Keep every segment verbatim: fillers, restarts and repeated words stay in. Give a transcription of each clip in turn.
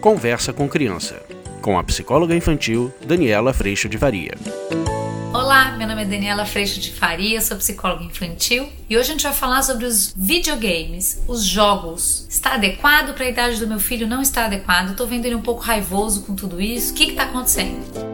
Conversa com Criança, com a psicóloga infantil Daniela Freixo de Faria. Olá, meu nome é Daniela Freixo de Faria, sou psicóloga infantil e hoje a gente vai falar sobre os videogames, os jogos. Está adequado para a idade do meu filho? Não está adequado? Estou vendo ele um pouco raivoso com tudo isso. O que está acontecendo?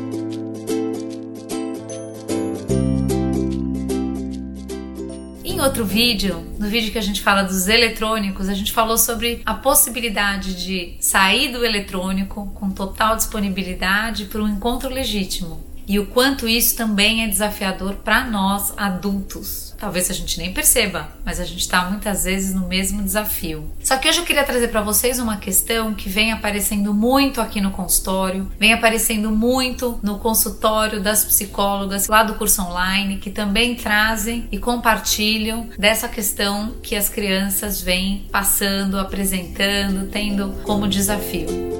Em outro vídeo, no vídeo que a gente fala dos eletrônicos, a gente falou sobre a possibilidade de sair do eletrônico com total disponibilidade para um encontro legítimo. E o quanto isso também é desafiador para nós adultos. Talvez a gente nem perceba, mas a gente está muitas vezes no mesmo desafio. Só que hoje eu queria trazer para vocês uma questão que vem aparecendo muito aqui no consultório, vem aparecendo muito no consultório das psicólogas lá do curso online, que também trazem e compartilham dessa questão que as crianças vêm passando, apresentando, tendo como desafio.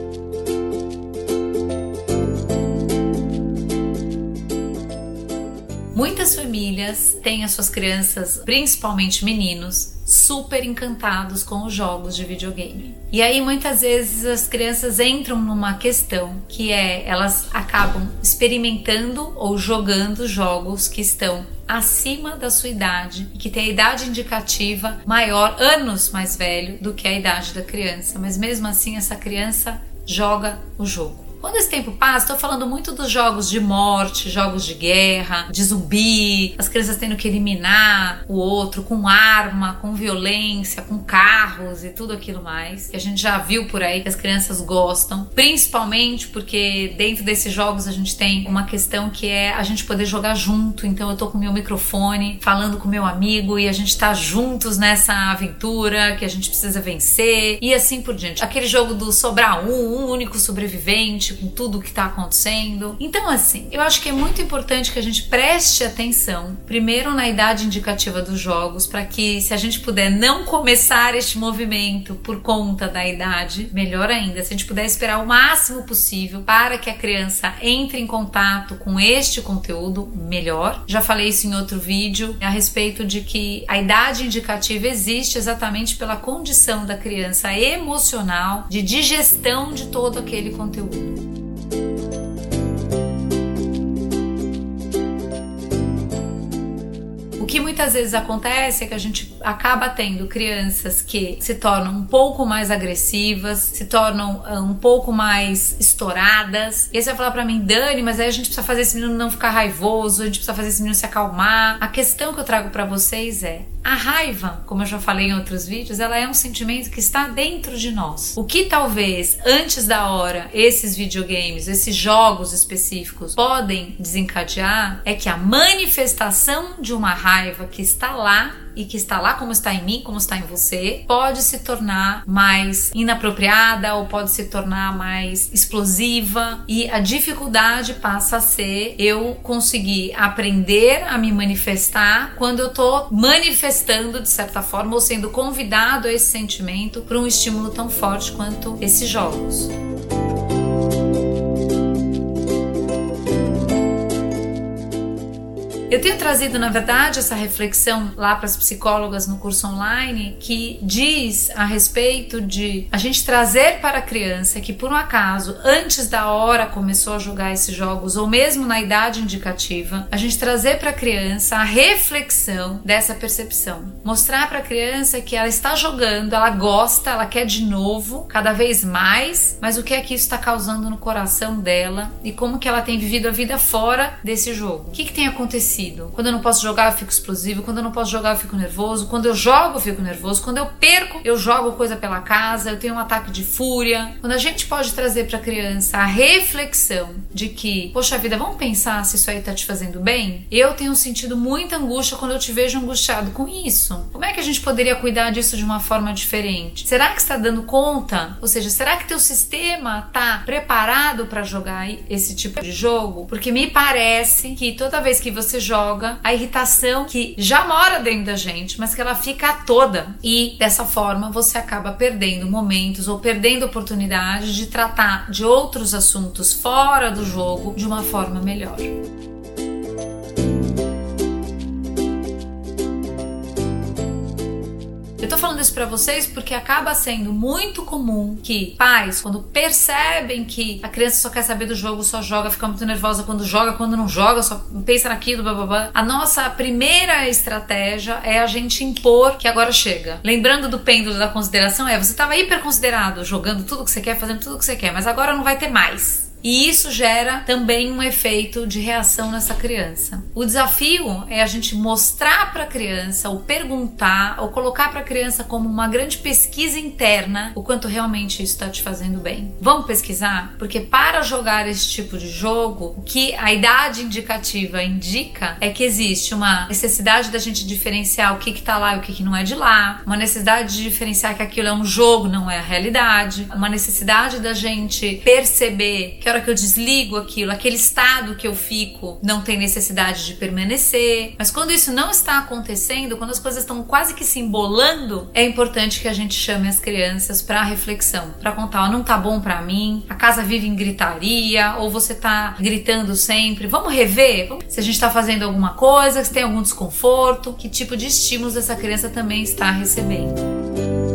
Muitas famílias têm as suas crianças, principalmente meninos, super encantados com os jogos de videogame. E aí muitas vezes as crianças entram numa questão que é, elas acabam experimentando ou jogando jogos que estão acima da sua idade e que tem a idade indicativa maior, anos mais velho do que a idade da criança, mas mesmo assim essa criança joga o jogo. Quando esse tempo passa, estou falando muito dos jogos de morte, jogos de guerra, de zumbi, as crianças tendo que eliminar o outro com arma, com violência, com carros e tudo aquilo mais, que a gente já viu por aí que as crianças gostam, principalmente porque dentro desses jogos a gente tem uma questão que é a gente poder jogar junto. Então eu tô com o meu microfone falando com o meu amigo e a gente tá juntos nessa aventura que a gente precisa vencer e assim por diante. Aquele jogo do sobrar um, um único sobrevivente com tudo o que está acontecendo. Então assim, eu acho que é muito importante que a gente preste atenção primeiro na idade indicativa dos jogos, para que se a gente puder não começar este movimento por conta da idade, melhor ainda, se a gente puder esperar o máximo possível para que a criança entre em contato com este conteúdo, melhor. Já falei isso em outro vídeo a respeito de que a idade indicativa existe exatamente pela condição da criança emocional de digestão de todo aquele conteúdo. O que muitas vezes acontece é que a gente acaba tendo crianças que se tornam um pouco mais agressivas, se tornam uh, um pouco mais estouradas. E aí você vai falar pra mim, Dani, mas aí a gente precisa fazer esse menino não ficar raivoso, a gente precisa fazer esse menino se acalmar. A questão que eu trago pra vocês é, a raiva, como eu já falei em outros vídeos, ela é um sentimento que está dentro de nós. O que talvez antes da hora esses videogames, esses jogos específicos podem desencadear é que a manifestação de uma raiva que está lá e que está lá como está em mim, como está em você, pode se tornar mais inapropriada ou pode se tornar mais explosiva, e a dificuldade passa a ser eu conseguir aprender a me manifestar quando eu tô manifestando de certa forma ou sendo convidado a esse sentimento por um estímulo tão forte quanto esses jogos. Eu tenho trazido, na verdade, essa reflexão lá para as psicólogas no curso online, que diz a respeito de a gente trazer para a criança que, por um acaso, antes da hora começou a jogar esses jogos, ou mesmo na idade indicativa, a gente trazer para a criança a reflexão dessa percepção. Mostrar para a criança que ela está jogando, ela gosta, ela quer de novo, cada vez mais, mas o que é que isso está causando no coração dela e como que ela tem vivido a vida fora desse jogo. O que que tem acontecido? Quando eu não posso jogar, eu fico explosivo. Quando eu não posso jogar, eu fico nervoso. Quando eu jogo, eu fico nervoso. Quando eu perco, eu jogo coisa pela casa. Eu tenho um ataque de fúria. Quando a gente pode trazer para a criança a reflexão de que, poxa vida, vamos pensar se isso aí tá te fazendo bem? Eu tenho sentido muita angústia quando eu te vejo angustiado com isso. Como é que a gente poderia cuidar disso de uma forma diferente? Será que está dando conta? Ou seja, será que teu sistema tá preparado para jogar esse tipo de jogo? Porque me parece que toda vez que você joga, a irritação que já mora dentro da gente, mas que ela fica toda, e dessa forma você acaba perdendo momentos ou perdendo oportunidades de tratar de outros assuntos fora do jogo de uma forma melhor. Eu tô falando isso pra vocês porque acaba sendo muito comum que pais, quando percebem que a criança só quer saber do jogo, só joga, fica muito nervosa quando joga, quando não joga, só pensa naquilo, blá, blá, blá. A nossa primeira estratégia é a gente impor que agora chega. Lembrando do pêndulo da consideração, é, você estava hiper considerado, jogando tudo que você quer, fazendo tudo que você quer, mas agora não vai ter mais. E isso gera também um efeito de reação nessa criança. O desafio é a gente mostrar para a criança, ou perguntar, ou colocar para a criança como uma grande pesquisa interna o quanto realmente isso está te fazendo bem. Vamos pesquisar? Porque para jogar esse tipo de jogo, o que a idade indicativa indica é que existe uma necessidade da gente diferenciar o que está lá e o que, que não é de lá, uma necessidade de diferenciar que aquilo é um jogo, não é a realidade, uma necessidade da gente perceber que a hora que eu desligo aquilo, aquele estado que eu fico, não tem necessidade de permanecer. Mas quando isso não está acontecendo, quando as coisas estão quase que se embolando, é importante que a gente chame as crianças para reflexão, para contar, ó, não tá bom para mim, a casa vive em gritaria, ou você tá gritando sempre, vamos rever? Vamos... Se a gente tá fazendo alguma coisa, se tem algum desconforto, que tipo de estímulos essa criança também está recebendo.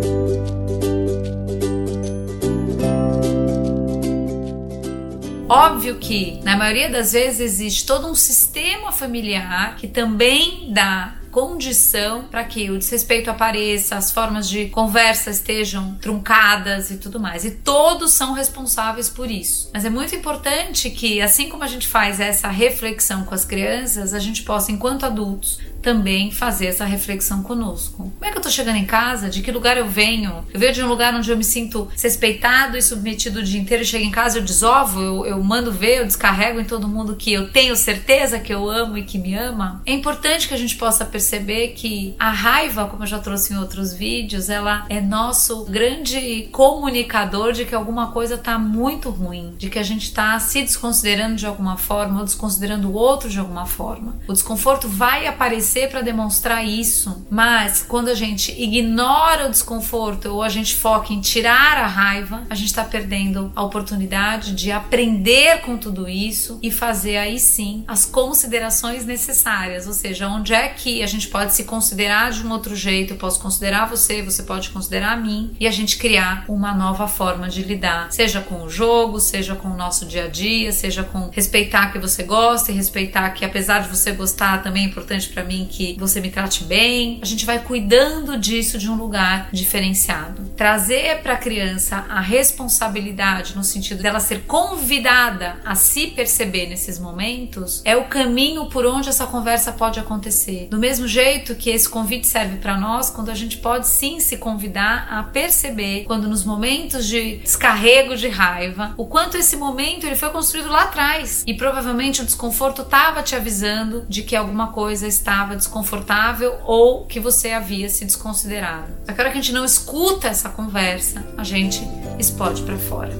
Óbvio que, na maioria das vezes, existe todo um sistema familiar que também dá condição para que o desrespeito apareça, as formas de conversa estejam truncadas e tudo mais. E todos são responsáveis por isso. Mas é muito importante que, assim como a gente faz essa reflexão com as crianças, a gente possa, enquanto adultos, também fazer essa reflexão conosco. Como é que eu tô chegando em casa? De que lugar eu venho? Eu venho de um lugar onde eu me sinto respeitado e submetido o dia inteiro, eu chego em casa, eu desovo, eu, eu mando ver, eu descarrego em todo mundo que eu tenho certeza que eu amo e que me ama. É importante que a gente possa perceber que a raiva, como eu já trouxe em outros vídeos, ela é nosso grande comunicador de que alguma coisa tá muito ruim, de que a gente tá se desconsiderando de alguma forma ou desconsiderando o outro de alguma forma. O desconforto vai aparecer para demonstrar isso, mas quando a gente ignora o desconforto ou a gente foca em tirar a raiva, a gente está perdendo a oportunidade de aprender com tudo isso e fazer aí sim as considerações necessárias, ou seja, onde é que a gente pode se considerar de um outro jeito, eu posso considerar você, você pode considerar a mim, e a gente criar uma nova forma de lidar, seja com o jogo, seja com o nosso dia a dia, seja com respeitar que você gosta e respeitar que apesar de você gostar também é importante para mim que você me trate bem. A gente vai cuidando disso de um lugar diferenciado. Trazer para a criança a responsabilidade no sentido dela ser convidada a se perceber nesses momentos é o caminho por onde essa conversa pode acontecer. Do mesmo jeito que esse convite serve para nós, quando a gente pode sim se convidar a perceber quando nos momentos de descarrego de raiva, o quanto esse momento ele foi construído lá atrás e provavelmente o desconforto estava te avisando de que alguma coisa estava desconfortável ou que você havia se desconsiderado. A hora que a gente não escuta essa conversa, a gente explode para fora.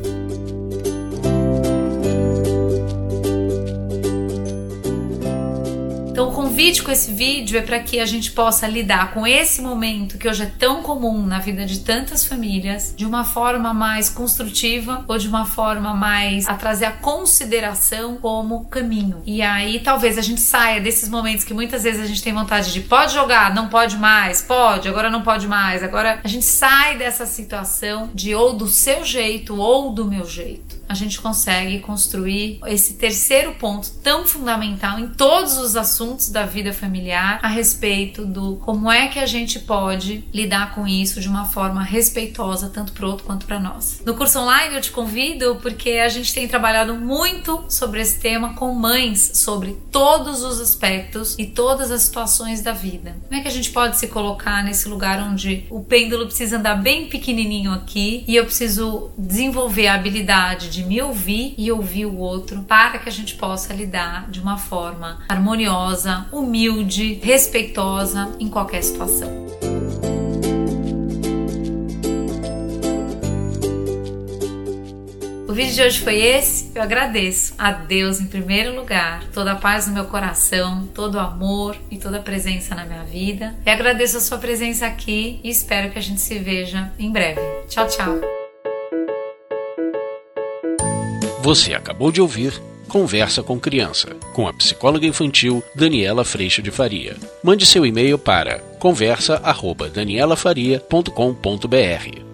Então o convite com esse vídeo é para que a gente possa lidar com esse momento que hoje é tão comum na vida de tantas famílias de uma forma mais construtiva ou de uma forma mais a trazer a consideração como caminho. E aí talvez a gente saia desses momentos que muitas vezes a gente tem vontade de pode jogar, não pode mais, pode, agora não pode mais, agora a gente sai dessa situação de ou do seu jeito ou do meu jeito. A gente consegue construir esse terceiro ponto tão fundamental em todos os assuntos da vida familiar a respeito do como é que a gente pode lidar com isso de uma forma respeitosa tanto para o outro quanto para nós. No curso online eu te convido porque a gente tem trabalhado muito sobre esse tema com mães, sobre todos os aspectos e todas as situações da vida. Como é que a gente pode se colocar nesse lugar onde o pêndulo precisa andar bem pequenininho aqui e eu preciso desenvolver a habilidade de me ouvir e ouvir o outro para que a gente possa lidar de uma forma harmoniosa, humilde, respeitosa em qualquer situação. O vídeo de hoje foi esse. Eu agradeço a Deus em primeiro lugar, toda a paz no meu coração, todo o amor e toda a presença na minha vida. E agradeço a sua presença aqui e espero que a gente se veja em breve. Tchau, tchau. Você acabou de ouvir Conversa com Criança, com a psicóloga infantil Daniela Freixo de Faria. Mande seu e-mail para conversa arroba daniela faria ponto com ponto br.